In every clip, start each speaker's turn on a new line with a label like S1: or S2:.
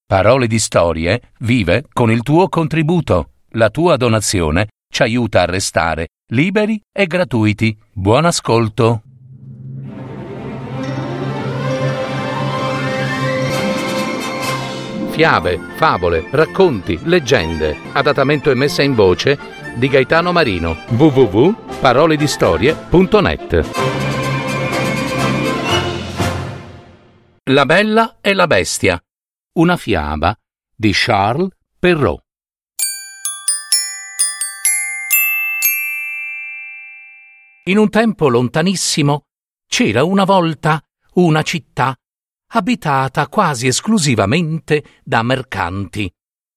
S1: Parole di Storie vive con il tuo contributo. La tua donazione ci aiuta a restare liberi e gratuiti. Buon ascolto. Fiabe, favole, racconti, leggende. Adattamento e messa in voce di Gaetano Marino. www.paroledistorie.net. La Bella e la Bestia. Una fiaba di Charles Perrault. In un tempo lontanissimo c'era una volta una città abitata quasi esclusivamente da mercanti.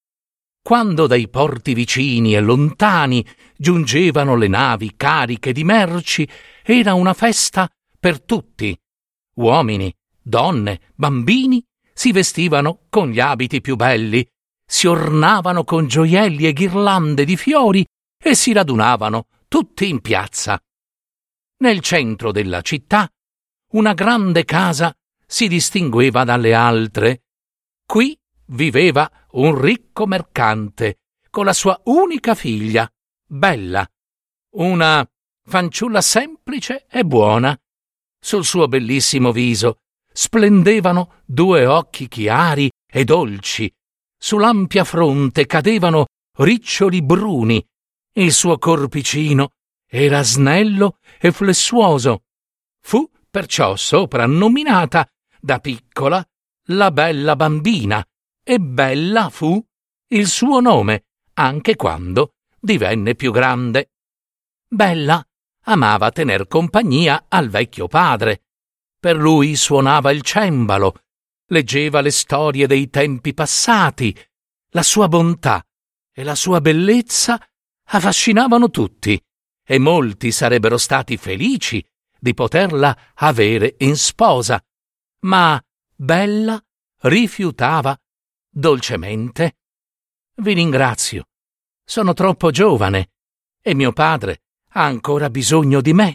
S1: Quando dai porti vicini e lontani giungevano le navi cariche di merci, era una festa per tutti. Uomini, donne, bambini si vestivano con gli abiti più belli, si ornavano con gioielli e ghirlande di fiori e si radunavano tutti in piazza. Nel centro della città una grande casa si distingueva dalle altre. Qui viveva un ricco mercante con la sua unica figlia, Bella, una fanciulla semplice e buona. Sul suo bellissimo viso splendevano due occhi chiari e dolci, sull'ampia fronte cadevano riccioli bruni, il suo corpicino era snello e flessuoso. Fu perciò soprannominata da piccola la bella bambina, e Bella fu il suo nome anche quando divenne più grande. Bella amava tener compagnia al vecchio padre. Per lui suonava il cembalo, leggeva le storie dei tempi passati. La sua bontà e la sua bellezza affascinavano tutti, e molti sarebbero stati felici di poterla avere in sposa. Ma Bella rifiutava dolcemente. «Vi ringrazio, sono troppo giovane e mio padre ha ancora bisogno di me».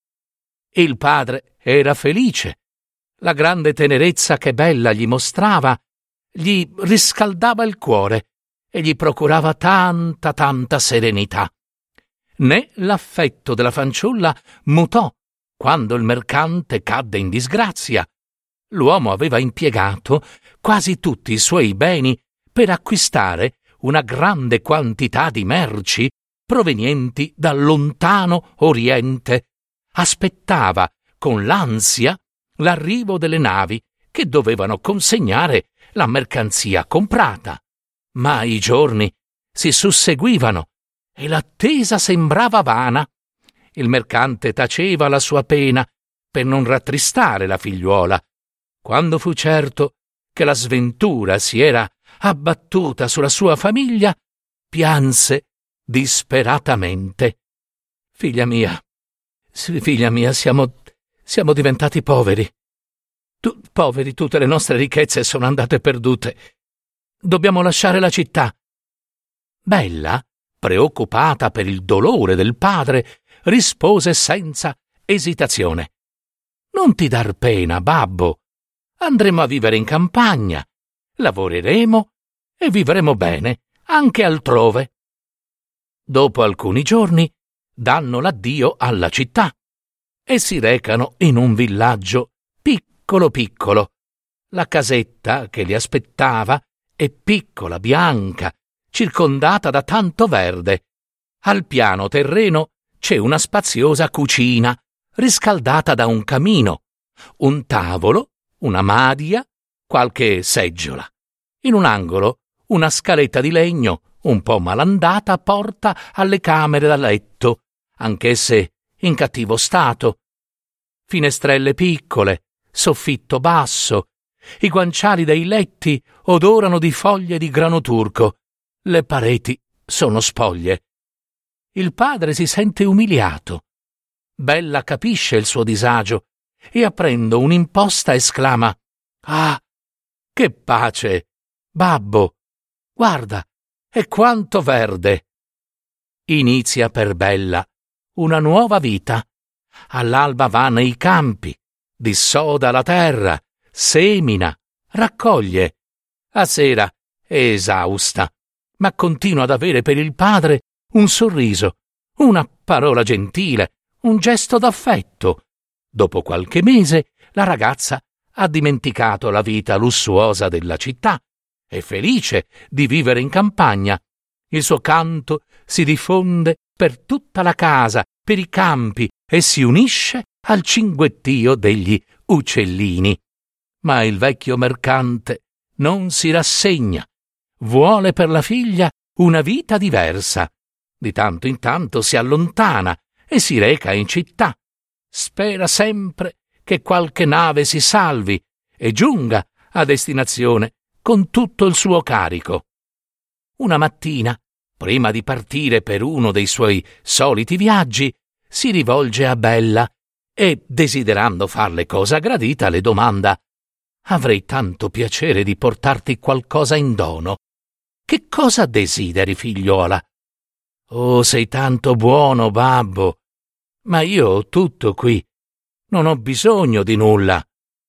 S1: Il padre era felice. La grande tenerezza che Bella gli mostrava gli riscaldava il cuore e gli procurava tanta serenità. Né l'affetto della fanciulla mutò quando il mercante cadde in disgrazia. L'uomo aveva impiegato quasi tutti i suoi beni per acquistare una grande quantità di merci provenienti dal lontano Oriente. Aspettava con l'ansia l'arrivo delle navi che dovevano consegnare la mercanzia comprata. Ma i giorni si susseguivano e l'attesa sembrava vana. Il mercante taceva la sua pena per non rattristare la figliuola. Quando fu certo che la sventura si era abbattuta sulla sua famiglia, pianse disperatamente. Figlia mia, siamo diventati poveri. Poveri, tutte le nostre ricchezze sono andate perdute. Dobbiamo lasciare la città». Bella, preoccupata per il dolore del padre, rispose senza esitazione: «Non ti dar pena, babbo. Andremo a vivere in campagna, lavoreremo e vivremo bene anche altrove». Dopo alcuni giorni danno l'addio alla città e si recano in un villaggio piccolo. La casetta che li aspettava è piccola, bianca, circondata da tanto verde. Al piano terreno c'è una spaziosa cucina riscaldata da un camino, un tavolo, una madia, qualche seggiola. In un angolo una scaletta di legno un po' malandata porta alle camere da letto, anch'esse in cattivo stato. Finestrelle piccole, soffitto basso, i guanciali dei letti odorano di foglie di grano turco, le pareti sono spoglie. Il padre si sente umiliato. Bella capisce il suo disagio e, aprendo un'imposta, esclama: «Ah, che pace! Babbo, guarda, e quanto verde!» Inizia per Bella una nuova vita. All'alba va nei campi, dissoda la terra, semina, raccoglie. A sera è esausta, ma continua ad avere per il padre un sorriso, una parola gentile, un gesto d'affetto. Dopo qualche mese la ragazza ha dimenticato la vita lussuosa della città, è felice di vivere in campagna. Il suo canto si diffonde per tutta la casa, per i campi, e si unisce al cinguettio degli uccellini. Ma il vecchio mercante non si rassegna. Vuole per la figlia una vita diversa. Di tanto in tanto si allontana e si reca in città. Spera sempre che qualche nave si salvi e giunga a destinazione con tutto il suo carico. Una mattina, prima di partire per uno dei suoi soliti viaggi, si rivolge a Bella e, desiderando farle cosa gradita, le domanda: «Avrei tanto piacere di portarti qualcosa in dono. Che cosa desideri, figliuola?» «Oh, sei tanto buono, babbo, ma io ho tutto qui. Non ho bisogno di nulla».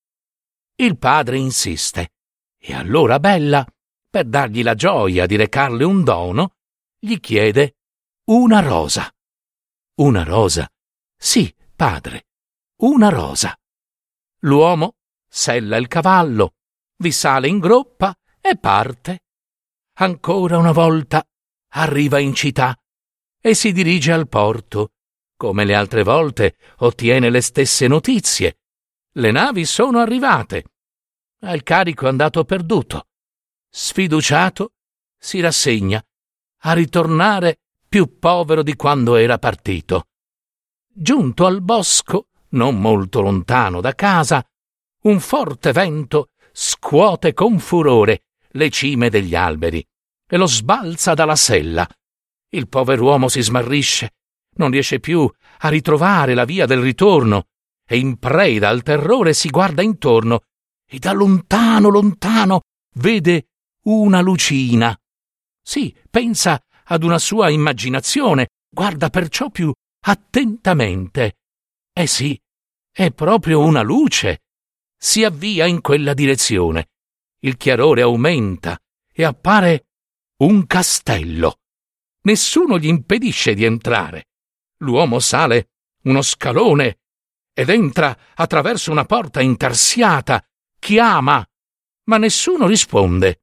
S1: Il padre insiste, e allora Bella, per dargli la gioia di recarle un dono, gli chiede una rosa. «Una rosa? Sì, padre, una rosa». L'uomo sella il cavallo, vi sale in groppa e parte. Ancora una volta arriva in città e si dirige al porto. Come le altre volte ottiene le stesse notizie. Le navi sono arrivate. Il carico è andato perduto. Sfiduciato, si rassegna a ritornare più povero di quando era partito. Giunto al bosco, non molto lontano da casa, un forte vento scuote con furore le cime degli alberi e lo sbalza dalla sella. Il pover'uomo si smarrisce, non riesce più a ritrovare la via del ritorno e in preda al terrore si guarda intorno e da lontano lontano vede una lucina. Sì, pensa ad una sua immaginazione, guarda perciò più attentamente. Sì, è proprio una luce. Si avvia in quella direzione. Il chiarore aumenta e appare un castello. Nessuno gli impedisce di entrare. L'uomo sale uno scalone ed entra attraverso una porta intarsiata. Chiama, ma nessuno risponde.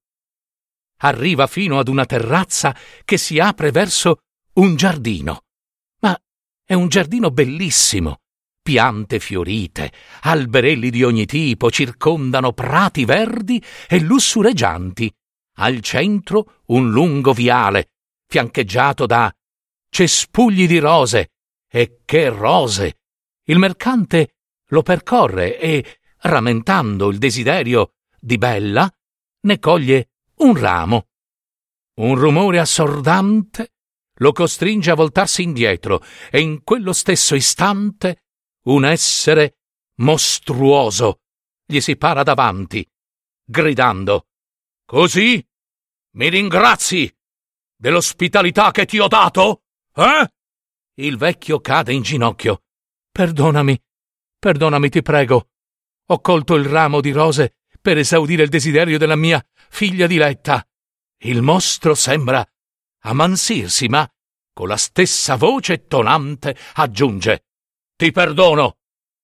S1: Arriva fino ad una terrazza che si apre verso un giardino. Ma è un giardino bellissimo. Piante fiorite, alberelli di ogni tipo circondano prati verdi e lussureggianti. Al centro un lungo viale, fiancheggiato da cespugli di rose. E che rose! Il mercante lo percorre e, rammentando il desiderio di Bella, ne coglie un ramo. Un rumore assordante lo costringe a voltarsi indietro e in quello stesso istante un essere mostruoso gli si para davanti, gridando: «Così mi ringrazi dell'ospitalità che ti ho dato? Eh?» Il vecchio cade in ginocchio. Perdonami, ti prego. Ho colto il ramo di rose per esaudire il desiderio della mia figlia diletta». Il mostro sembra ammansirsi, ma con la stessa voce tonante aggiunge: «Ti perdono,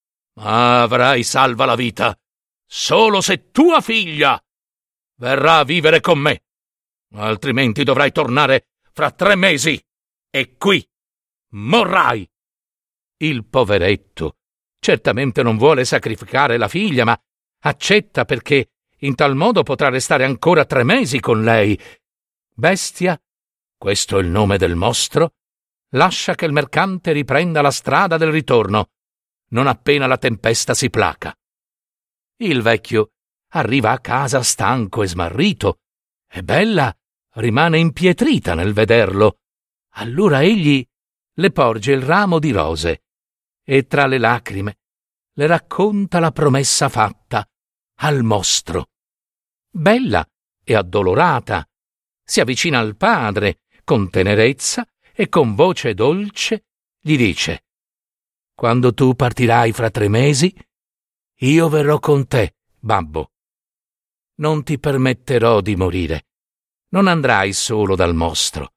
S1: ma avrai salva la vita solo se tua figlia verrà a vivere con me, altrimenti dovrai tornare fra 3 mesi e qui morrai». Il poveretto certamente non vuole sacrificare la figlia, ma accetta perché in tal modo potrà restare ancora 3 mesi con lei. Bestia, questo è il nome del mostro, lascia che il mercante riprenda la strada del ritorno, non appena la tempesta si placa. Il vecchio arriva a casa stanco e smarrito, e Bella rimane impietrita nel vederlo. Allora egli le porge il ramo di rose e tra le lacrime le racconta la promessa fatta al mostro. Bella è addolorata, si avvicina al padre con tenerezza e con voce dolce gli dice: «Quando tu partirai fra 3 mesi, io verrò con te, babbo». non ti permetterò di morire. Non andrai solo dal mostro.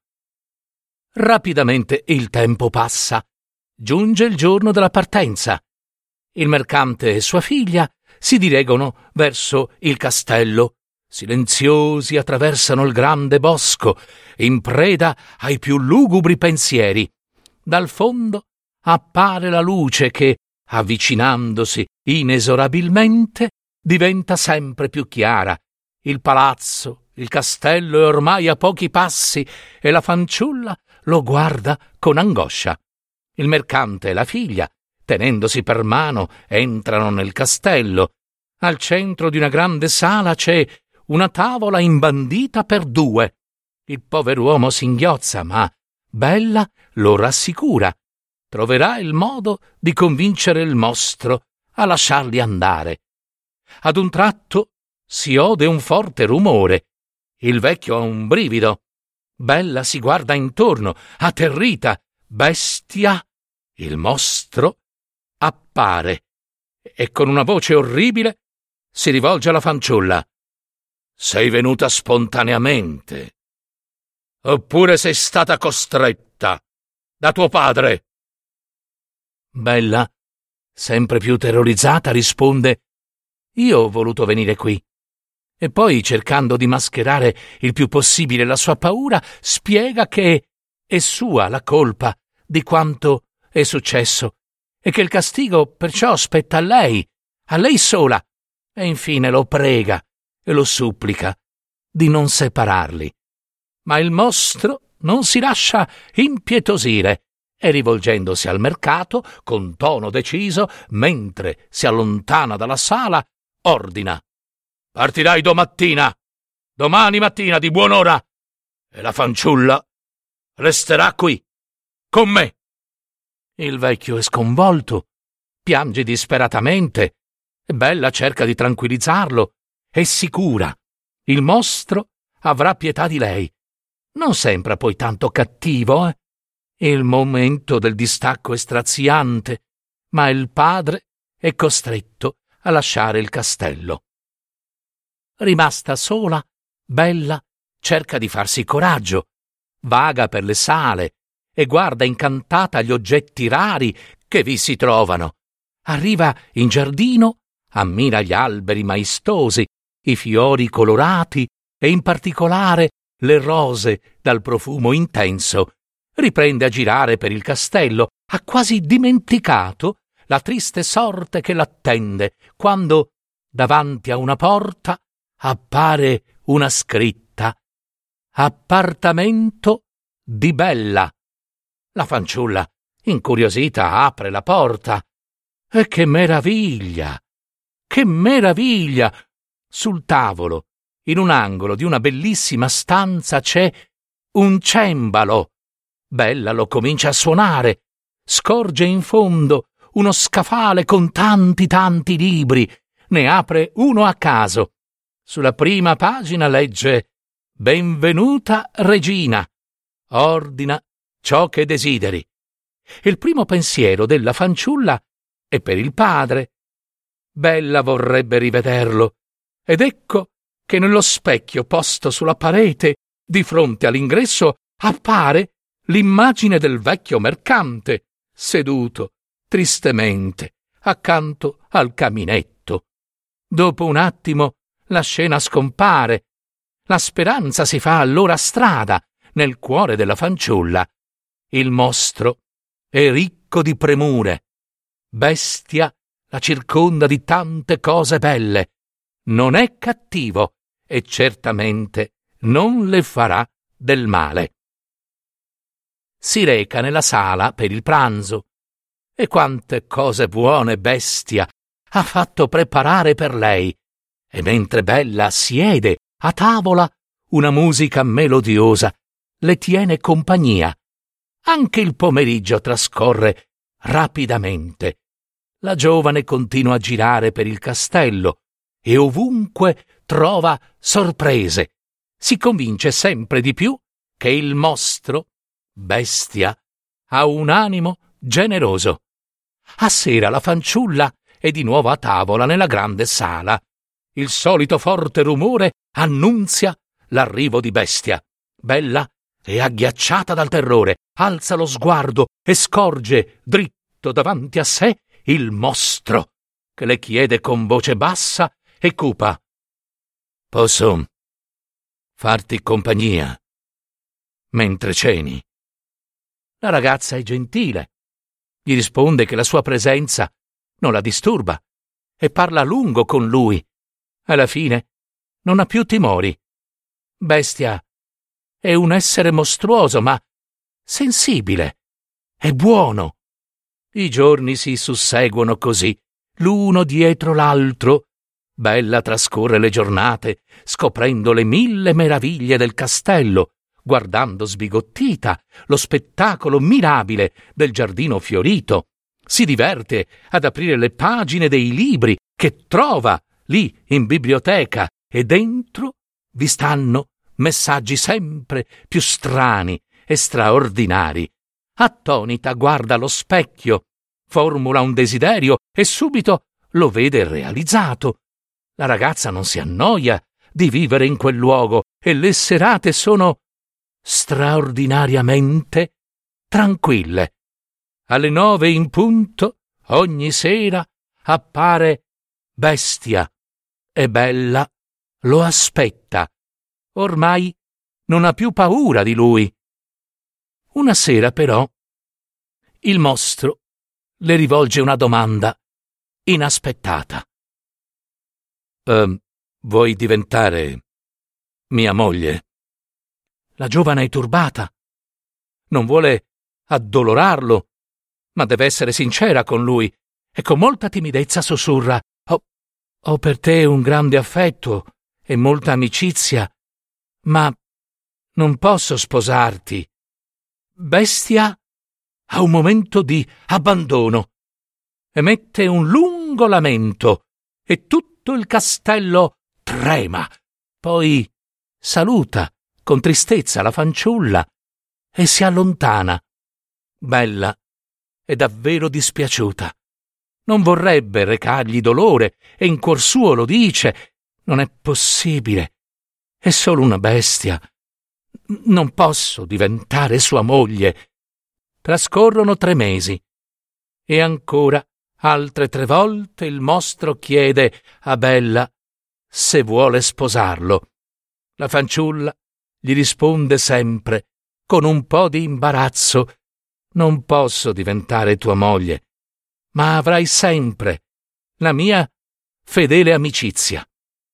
S1: Rapidamente il tempo passa. Giunge il giorno della partenza. Il mercante e sua figlia si dirigono verso il castello. Silenziosi attraversano il grande bosco, in preda ai più lugubri pensieri. Dal fondo appare la luce che, avvicinandosi inesorabilmente, diventa sempre più chiara. Il palazzo, il castello è ormai a pochi passi e la fanciulla lo guarda con angoscia. Il mercante e la figlia, tenendosi per mano, entrano nel castello. Al centro di una grande sala c'è una tavola imbandita per 2. Il pover'uomo singhiozza, ma Bella lo rassicura. Troverà il modo di convincere il mostro a lasciarli andare. Ad un tratto si ode un forte rumore. Il vecchio ha un brivido. Bella si guarda intorno, atterrita. Bestia! Il mostro appare e con una voce orribile si rivolge alla fanciulla. Sei venuta spontaneamente? Oppure sei stata costretta da tuo padre? Bella, sempre più terrorizzata, risponde: Io ho voluto venire qui. E poi, cercando di mascherare il più possibile la sua paura, spiega che è sua la colpa di quanto è successo e che il castigo perciò spetta a lei sola, e infine lo prega e lo supplica di non separarli. Ma il mostro non si lascia impietosire e, rivolgendosi al mercato con tono deciso, mentre si allontana dalla sala, ordina: partirai domani mattina di buon'ora, e la fanciulla resterà qui con me. Il vecchio è sconvolto, piange disperatamente. Bella cerca di tranquillizzarlo. È sicura, il mostro avrà pietà di lei. Non sembra poi tanto cattivo, eh? Il momento del distacco è straziante, ma il padre è costretto a lasciare il castello. Rimasta sola, Bella cerca di farsi coraggio, vaga per le sale e guarda incantata gli oggetti rari che vi si trovano. Arriva in giardino, ammira gli alberi maestosi, i fiori colorati e in particolare le rose dal profumo intenso. Riprende a girare per il castello, ha quasi dimenticato la triste sorte che l'attende, quando davanti a una porta appare una scritta: Appartamento di Bella. La fanciulla, incuriosita, apre la porta. E che meraviglia! Che meraviglia! Sul tavolo, in un angolo di una bellissima stanza, c'è un cembalo. Bella lo comincia a suonare. Scorge in fondo uno scaffale con tanti libri. Ne apre uno a caso. Sulla prima pagina legge: Benvenuta regina. Ordina ciò che desideri. Il primo pensiero della fanciulla è per il padre. Bella vorrebbe rivederlo, ed ecco che nello specchio posto sulla parete, di fronte all'ingresso, appare l'immagine del vecchio mercante, seduto tristemente accanto al caminetto. Dopo un attimo la scena scompare. La speranza si fa allora strada nel cuore della fanciulla. Il mostro è ricco di premure. Bestia la circonda di tante cose belle. Non è cattivo e certamente non le farà del male. Si reca nella sala per il pranzo. E quante cose buone Bestia ha fatto preparare per lei. E mentre Bella siede a tavola, una musica melodiosa le tiene compagnia. Anche il pomeriggio trascorre rapidamente. La giovane continua a girare per il castello e ovunque trova sorprese. Si convince sempre di più che il mostro, Bestia, ha un animo generoso. A sera la fanciulla è di nuovo a tavola nella grande sala. Il solito forte rumore annunzia l'arrivo di Bestia. Bella è agghiacciata dal terrore, alza lo sguardo e scorge dritto davanti a sé il mostro, che le chiede con voce bassa e cupa: «Posso farti compagnia mentre ceni?» La ragazza è gentile. Gli risponde che la sua presenza non la disturba e parla a lungo con lui. Alla fine non ha più timori. Bestia è un essere mostruoso, ma sensibile e buono. I giorni si susseguono così, l'uno dietro l'altro. Bella trascorre le giornate, scoprendo le 1000 meraviglie del castello, guardando sbigottita lo spettacolo mirabile del giardino fiorito. Si diverte ad aprire le pagine dei libri che trova lì in biblioteca, e dentro vi stanno messaggi sempre più strani e straordinari. Attonita guarda allo specchio, formula un desiderio e subito lo vede realizzato. La ragazza non si annoia di vivere in quel luogo e le serate sono straordinariamente tranquille. Alle 9 in punto, ogni sera, appare Bestia e Bella lo aspetta. Ormai non ha più paura di lui. Una sera, però, il mostro le rivolge una domanda inaspettata. Vuoi diventare mia moglie?» La giovane è turbata. Non vuole addolorarlo, ma deve essere sincera con lui e con molta timidezza sussurra: Ho per te un grande affetto e molta amicizia, ma non posso sposarti. Bestia ha un momento di abbandono. Emette un lungo lamento e tutto il castello trema. Poi saluta con tristezza la fanciulla e si allontana. Bella è davvero dispiaciuta. Non vorrebbe recargli dolore e in cuor suo lo dice: «Non è possibile. È solo una bestia. Non posso diventare sua moglie». Trascorrono 3 mesi e ancora altre 3 volte il mostro chiede a Bella se vuole sposarlo. La fanciulla gli risponde sempre con un po' di imbarazzo: «Non posso diventare tua moglie, ma avrai sempre la mia fedele amicizia».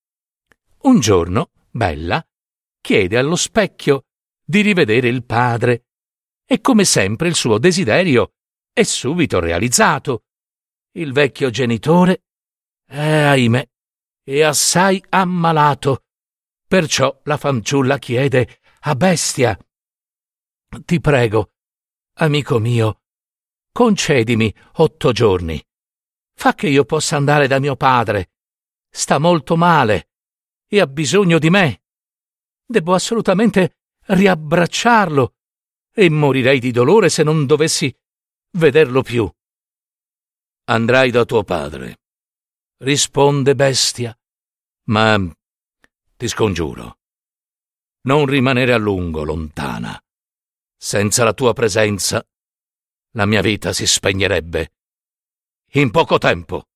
S1: Un giorno Bella chiede allo specchio di rivedere il padre e, come sempre, il suo desiderio è subito realizzato. Il vecchio genitore ahimè, è assai ammalato. Perciò la fanciulla chiede a Bestia: «Ti prego, amico mio, concedimi 8 giorni. Fa che io possa andare da mio padre. Sta molto male e ha bisogno di me. Devo assolutamente riabbracciarlo e morirei di dolore se non dovessi vederlo più». «Andrai da tuo padre», risponde Bestia, «ma ti scongiuro, non rimanere a lungo lontana. Senza la tua presenza la mia vita si spegnerebbe in poco tempo».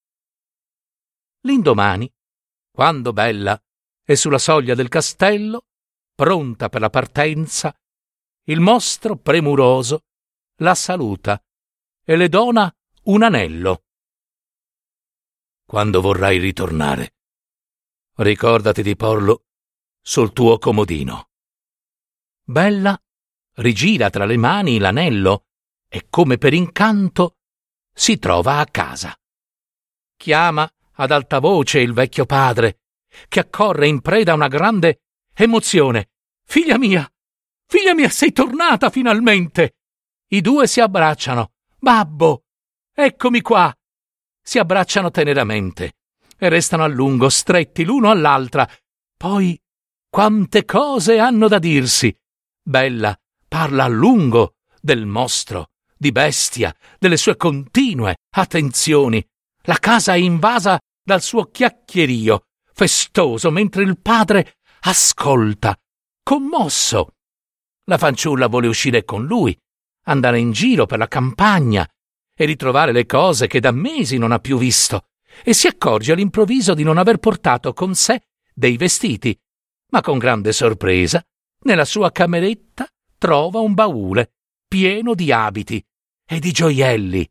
S1: L'indomani, quando Bella è sulla soglia del castello, pronta per la partenza, il mostro premuroso la saluta e le dona un anello. «Quando vorrai ritornare, ricordati di porlo sul tuo comodino». Bella rigira tra le mani l'anello e, come per incanto, si trova a casa. Chiama ad alta voce il vecchio padre, che accorre in preda a una grande emozione. Figlia mia, sei tornata finalmente!» I 2 si abbracciano. «Babbo, eccomi qua!» Si abbracciano teneramente e restano a lungo stretti l'uno all'altra. Poi quante cose hanno da dirsi! Bella parla a lungo del mostro, di Bestia, delle sue continue attenzioni. La casa è invasa dal suo chiacchierio. festoso, mentre il padre ascolta, commosso. La fanciulla vuole uscire con lui, andare in giro per la campagna e ritrovare le cose che da mesi non ha più visto, e si accorge all'improvviso di non aver portato con sé dei vestiti, ma con grande sorpresa nella sua cameretta trova un baule pieno di abiti e di gioielli.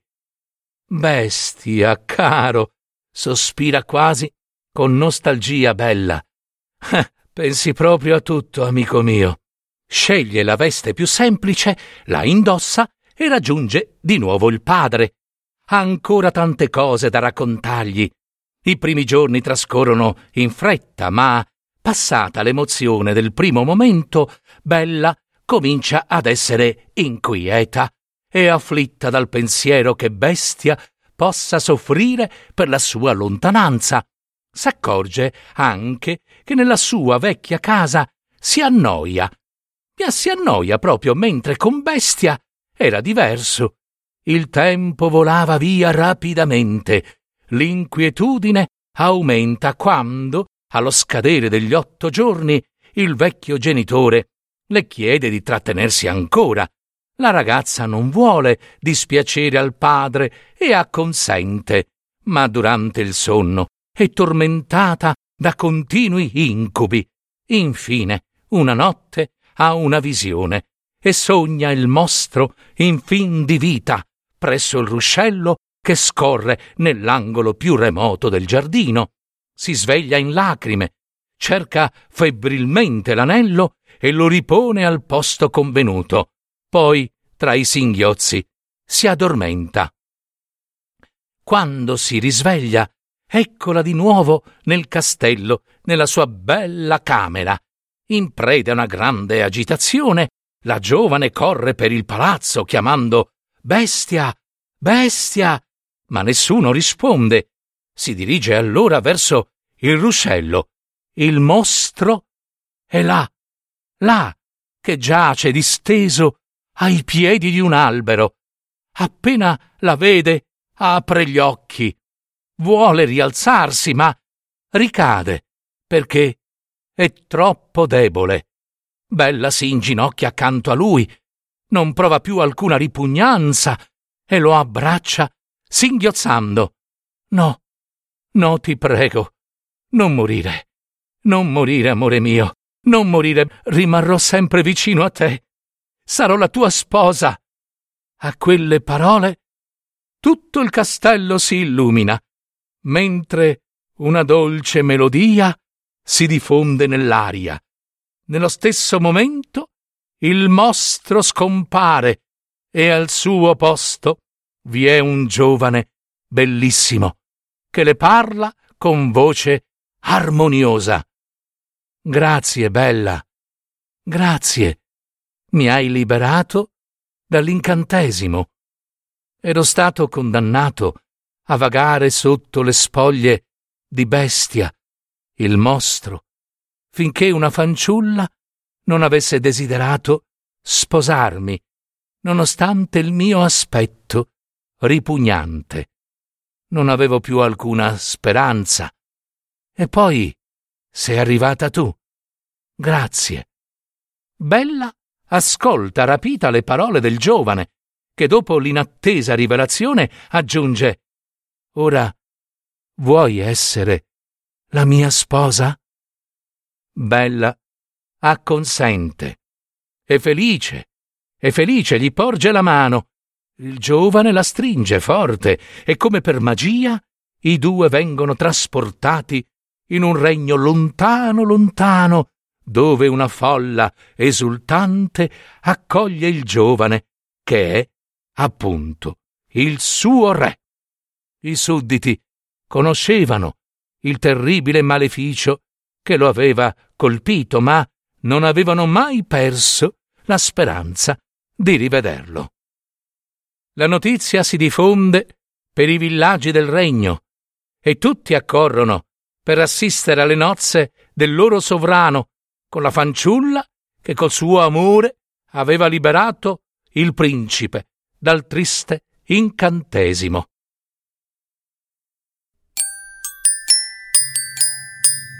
S1: Bestia, caro, sospira quasi con nostalgia Bella. Pensi proprio a tutto, amico mio. Sceglie la veste più semplice, la indossa e raggiunge di nuovo il padre. Ha ancora tante cose da raccontargli. I primi giorni trascorrono in fretta, ma, passata l'emozione del primo momento, Bella comincia ad essere inquieta e afflitta dal pensiero che Bestia possa soffrire per la sua lontananza. S'accorge anche che nella sua vecchia casa si annoia. Ma si annoia proprio mentre con Bestia era diverso. Il tempo volava via rapidamente. L'inquietudine aumenta quando, allo scadere degli 8 giorni, il vecchio genitore le chiede di trattenersi ancora. La ragazza non vuole dispiacere al padre e acconsente, ma durante il sonno è tormentata da continui incubi. Infine, una notte ha una visione e sogna il mostro in fin di vita presso il ruscello che scorre nell'angolo più remoto del giardino. Si sveglia in lacrime, cerca febbrilmente l'anello e lo ripone al posto convenuto. Poi, tra i singhiozzi, si addormenta. Quando si risveglia, eccola di nuovo nel castello, nella sua bella camera. In preda a una grande agitazione, la giovane corre per il palazzo chiamando «Bestia! Bestia!», ma nessuno risponde. Si dirige allora verso il ruscello. Il mostro è là, che giace disteso ai piedi di un albero. Appena la vede, apre gli occhi. Vuole rialzarsi, ma ricade, perché è troppo debole. Bella si inginocchia accanto a lui, non prova più alcuna ripugnanza e lo abbraccia singhiozzando. No, ti prego, non morire, amore mio, non morire, rimarrò sempre vicino a te. Sarò la tua sposa. A quelle parole tutto il castello si illumina, mentre una dolce melodia si diffonde nell'aria. Nello stesso momento il mostro scompare e al suo posto vi è un giovane bellissimo che le parla con voce armoniosa. Grazie, Bella, grazie. Mi hai liberato dall'incantesimo. Ero stato condannato a vagare sotto le spoglie di Bestia, il mostro, finché una fanciulla non avesse desiderato sposarmi, nonostante il mio aspetto ripugnante. Non avevo più alcuna speranza. E poi sei arrivata tu. Grazie. Bella ascolta rapita le parole del giovane, che dopo l'inattesa rivelazione aggiunge: «Ora vuoi essere la mia sposa?» Bella acconsente. È felice, gli porge la mano. Il giovane la stringe forte e, come per magia, i due vengono trasportati in un regno lontano, lontano, dove una folla esultante accoglie il giovane, che è, appunto, il suo re. I sudditi conoscevano il terribile maleficio che lo aveva colpito, ma non avevano mai perso la speranza di rivederlo. La notizia si diffonde per i villaggi del regno e tutti accorrono per assistere alle nozze del loro sovrano con la fanciulla che col suo amore aveva liberato il principe dal triste incantesimo.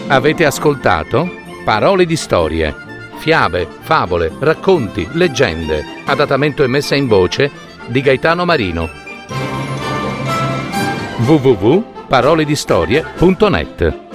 S1: Avete ascoltato Parole di Storie, fiabe, favole, racconti, leggende, adattamento e messa in voce di Gaetano Marino. www.paroledistorie.net